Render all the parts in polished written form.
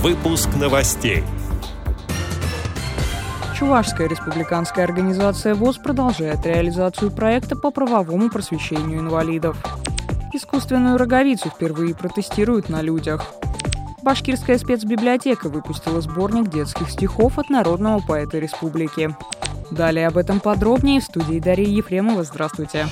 Выпуск новостей. Чувашская республиканская организация ВОС продолжает реализацию проекта по правовому просвещению инвалидов. Искусственную роговицу впервые протестируют на людях. Башкирская спецбиблиотека выпустила сборник детских стихов от народного поэта республики. Далее об этом подробнее в студии Дарьи Ефремова. Здравствуйте.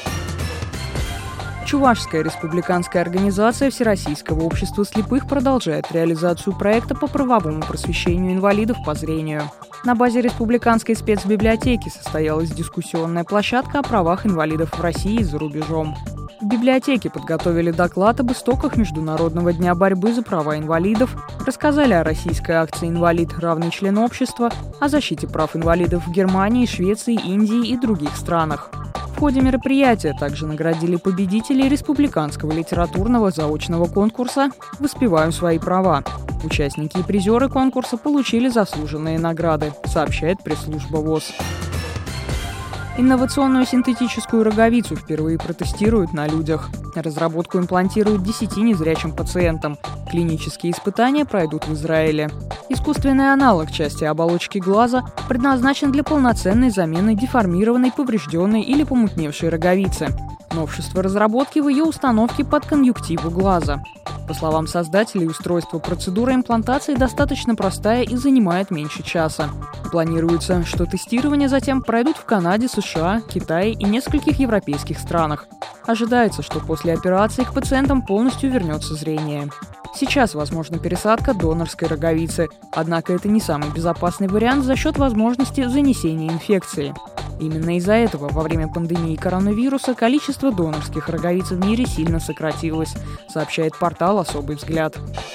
Чувашская республиканская организация Всероссийского общества слепых продолжает реализацию проекта по правовому просвещению инвалидов по зрению. На базе республиканской спецбиблиотеки состоялась дискуссионная площадка о правах инвалидов в России и за рубежом. В библиотеке подготовили доклад об истоках Международного дня борьбы за права инвалидов, рассказали о российской акции «Инвалид. Равный член общества», о защите прав инвалидов в Германии, Швеции, Индии и других странах. В ходе мероприятия также наградили победителей республиканского литературного заочного конкурса «Воспеваю свои права». Участники и призеры конкурса получили заслуженные награды, сообщает пресс-служба ВОС. Инновационную синтетическую роговицу впервые протестируют на людях. Разработку имплантируют 10 незрячим пациентам. Клинические испытания пройдут в Израиле. Искусственный аналог части оболочки глаза предназначен для полноценной замены деформированной, поврежденной или помутневшей роговицы. Новшество разработки в ее установке под конъюнктиву глаза. По словам создателей устройства, процедура имплантации достаточно простая и занимает меньше часа. Планируется, что тестирования затем пройдут в Канаде, США, Китае и нескольких европейских странах. Ожидается, что после операции к пациентам полностью вернется зрение. Сейчас возможна пересадка донорской роговицы, однако это не самый безопасный вариант за счет возможности занесения инфекции. Именно из-за этого во время пандемии коронавируса количество донорских роговиц в мире сильно сократилось, сообщает портал «Особый взгляд».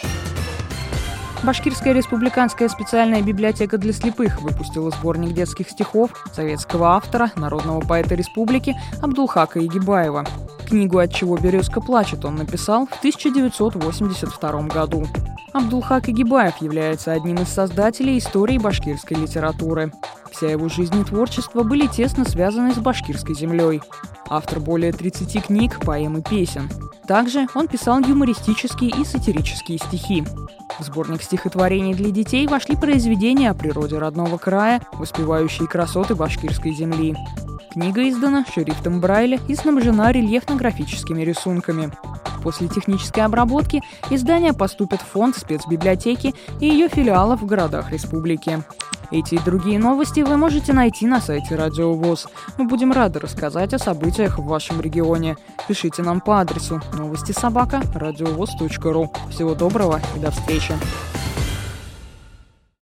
Башкирская республиканская специальная библиотека для слепых выпустила сборник детских стихов советского автора, народного поэта республики Абдулхака Егибаева. Книгу «Отчего березка плачет» он написал в 1982 году. Абдулхак Егибаев является одним из создателей истории башкирской литературы. Вся его жизнь и творчество были тесно связаны с башкирской землей. Автор более 30 книг, поэм и песен. Также он писал юмористические и сатирические стихи. В сборник стихотворений для детей вошли произведения о природе родного края, воспевающие красоты башкирской земли. Книга издана шрифтом Брайля и снабжена рельефно-графическими рисунками. После технической обработки издания поступят в фонд спецбиблиотеки и ее филиалов в городах республики. Эти и другие новости вы можете найти на сайте Радио ВОС. Мы будем рады рассказать о событиях в вашем регионе. Пишите нам по адресу новости@радиовос.ру. Всего доброго и до встречи.